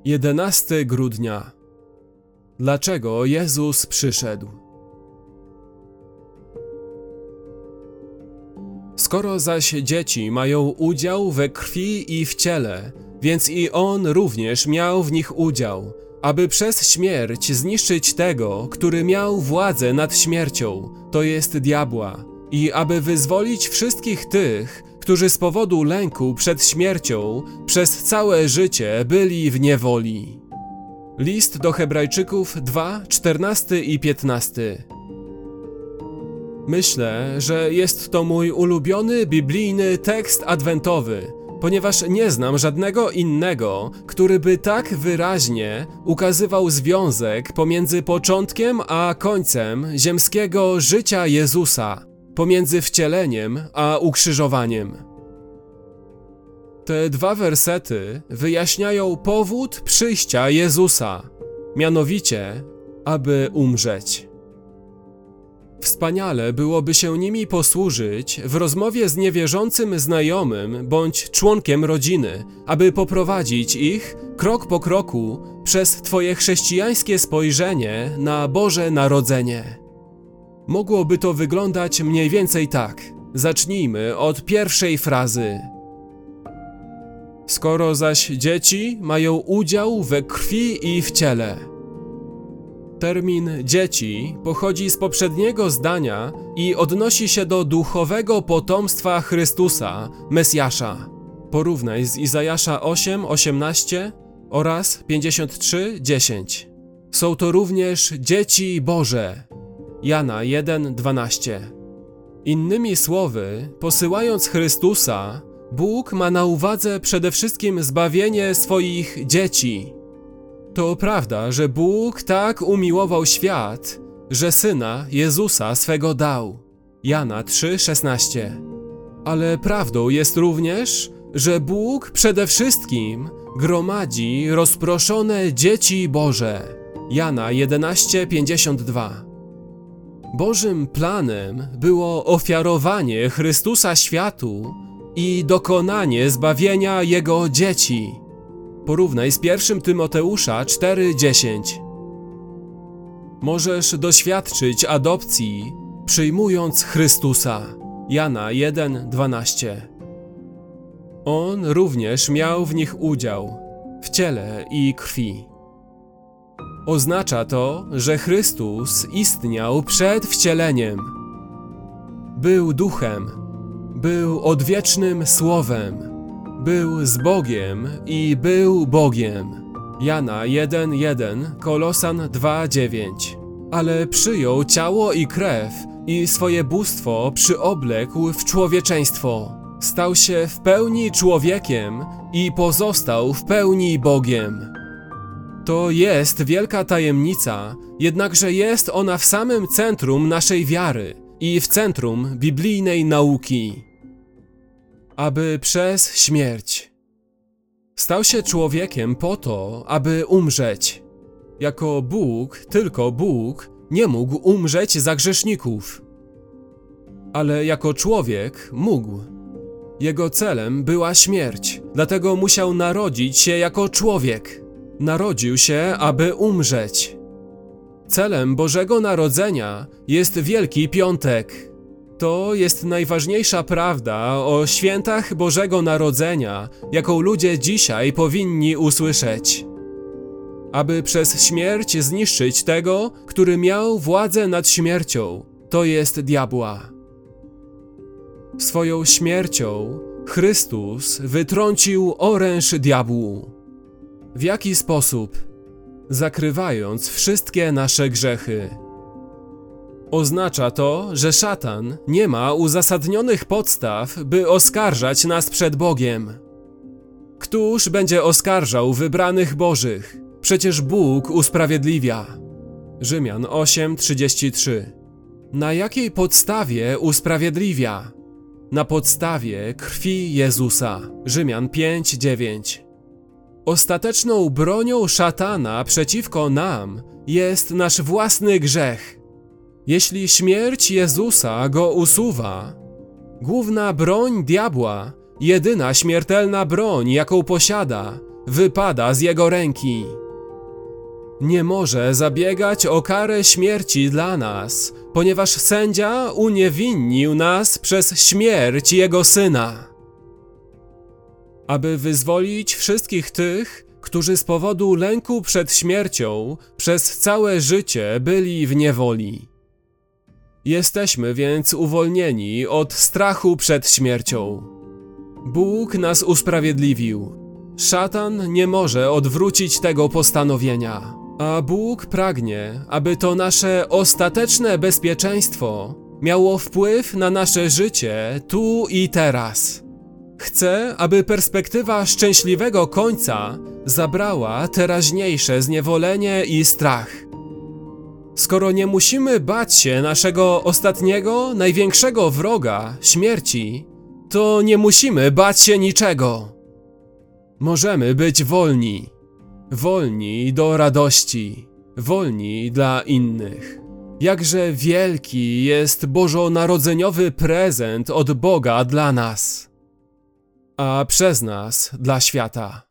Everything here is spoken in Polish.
11 grudnia. Dlaczego Jezus przyszedł? Skoro zaś dzieci mają udział we krwi i w ciele, więc i On również miał w nich udział, aby przez śmierć zniszczyć tego, który miał władzę nad śmiercią, to jest diabła, i aby wyzwolić wszystkich tych, którzy z powodu lęku przed śmiercią przez całe życie byli w niewoli. List do Hebrajczyków 2, 14 i 15. Myślę, że jest to mój ulubiony biblijny tekst adwentowy, ponieważ nie znam żadnego innego, który by tak wyraźnie ukazywał związek pomiędzy początkiem a końcem ziemskiego życia Jezusa, pomiędzy wcieleniem a ukrzyżowaniem. Te dwa wersety wyjaśniają powód przyjścia Jezusa, mianowicie, aby umrzeć. Wspaniale byłoby się nimi posłużyć w rozmowie z niewierzącym znajomym bądź członkiem rodziny, aby poprowadzić ich krok po kroku przez Twoje chrześcijańskie spojrzenie na Boże Narodzenie. Mogłoby to wyglądać mniej więcej tak. Zacznijmy od pierwszej frazy. Skoro zaś dzieci mają udział we krwi i w ciele. Termin dzieci pochodzi z poprzedniego zdania i odnosi się do duchowego potomstwa Chrystusa, Mesjasza. Porównaj z Izajasza 8:18 oraz 53:10. Są to również dzieci Boże. Jana 1:12. Innymi słowy, posyłając Chrystusa, Bóg ma na uwadze przede wszystkim zbawienie swoich dzieci. To prawda, że Bóg tak umiłował świat, że Syna Jezusa swego dał. Jana 3:16. Ale prawdą jest również, że Bóg przede wszystkim gromadzi rozproszone dzieci Boże. Jana 11:52. Bożym planem było ofiarowanie Chrystusa światu i dokonanie zbawienia Jego dzieci. Porównaj z 1 Tymoteusza 4:10. Możesz doświadczyć adopcji, przyjmując Chrystusa. Jana 1:12. On również miał w nich udział, w ciele i krwi. Oznacza to, że Chrystus istniał przed wcieleniem. Był duchem, był odwiecznym Słowem, był z Bogiem i był Bogiem. Jana 1:1, Kolosan 2:9. Ale przyjął ciało i krew i swoje bóstwo przyoblekł w człowieczeństwo. Stał się w pełni człowiekiem i pozostał w pełni Bogiem. To jest wielka tajemnica, jednakże jest ona w samym centrum naszej wiary i w centrum biblijnej nauki. Aby przez śmierć. Stał się człowiekiem po to, aby umrzeć. Jako Bóg, tylko Bóg, nie mógł umrzeć za grzeszników. Ale jako człowiek mógł. Jego celem była śmierć, dlatego musiał narodzić się jako człowiek. Narodził się, aby umrzeć. Celem Bożego Narodzenia jest Wielki Piątek. To jest najważniejsza prawda o świętach Bożego Narodzenia, jaką ludzie dzisiaj powinni usłyszeć. Aby przez śmierć zniszczyć tego, który miał władzę nad śmiercią, to jest diabła. Swoją śmiercią Chrystus wytrącił oręż diabłu. W jaki sposób? Zakrywając wszystkie nasze grzechy. Oznacza to, że szatan nie ma uzasadnionych podstaw, by oskarżać nas przed Bogiem. Któż będzie oskarżał wybranych Bożych? Przecież Bóg usprawiedliwia. Rzymian 8:33. Na jakiej podstawie usprawiedliwia? Na podstawie krwi Jezusa. Rzymian 5:9. Ostateczną bronią szatana przeciwko nam jest nasz własny grzech. Jeśli śmierć Jezusa go usuwa, główna broń diabła, jedyna śmiertelna broń, jaką posiada, wypada z Jego ręki. Nie może zabiegać o karę śmierci dla nas, ponieważ sędzia uniewinnił nas przez śmierć Jego Syna. Aby wyzwolić wszystkich tych, którzy z powodu lęku przed śmiercią przez całe życie byli w niewoli. Jesteśmy więc uwolnieni od strachu przed śmiercią. Bóg nas usprawiedliwił. Szatan nie może odwrócić tego postanowienia, a Bóg pragnie, aby to nasze ostateczne bezpieczeństwo miało wpływ na nasze życie tu i teraz. Chce, aby perspektywa szczęśliwego końca zabrała teraźniejsze zniewolenie i strach. Skoro nie musimy bać się naszego ostatniego, największego wroga, śmierci, to nie musimy bać się niczego. Możemy być wolni. Wolni do radości. Wolni dla innych. Jakże wielki jest bożonarodzeniowy prezent od Boga dla nas, a przez nas dla świata.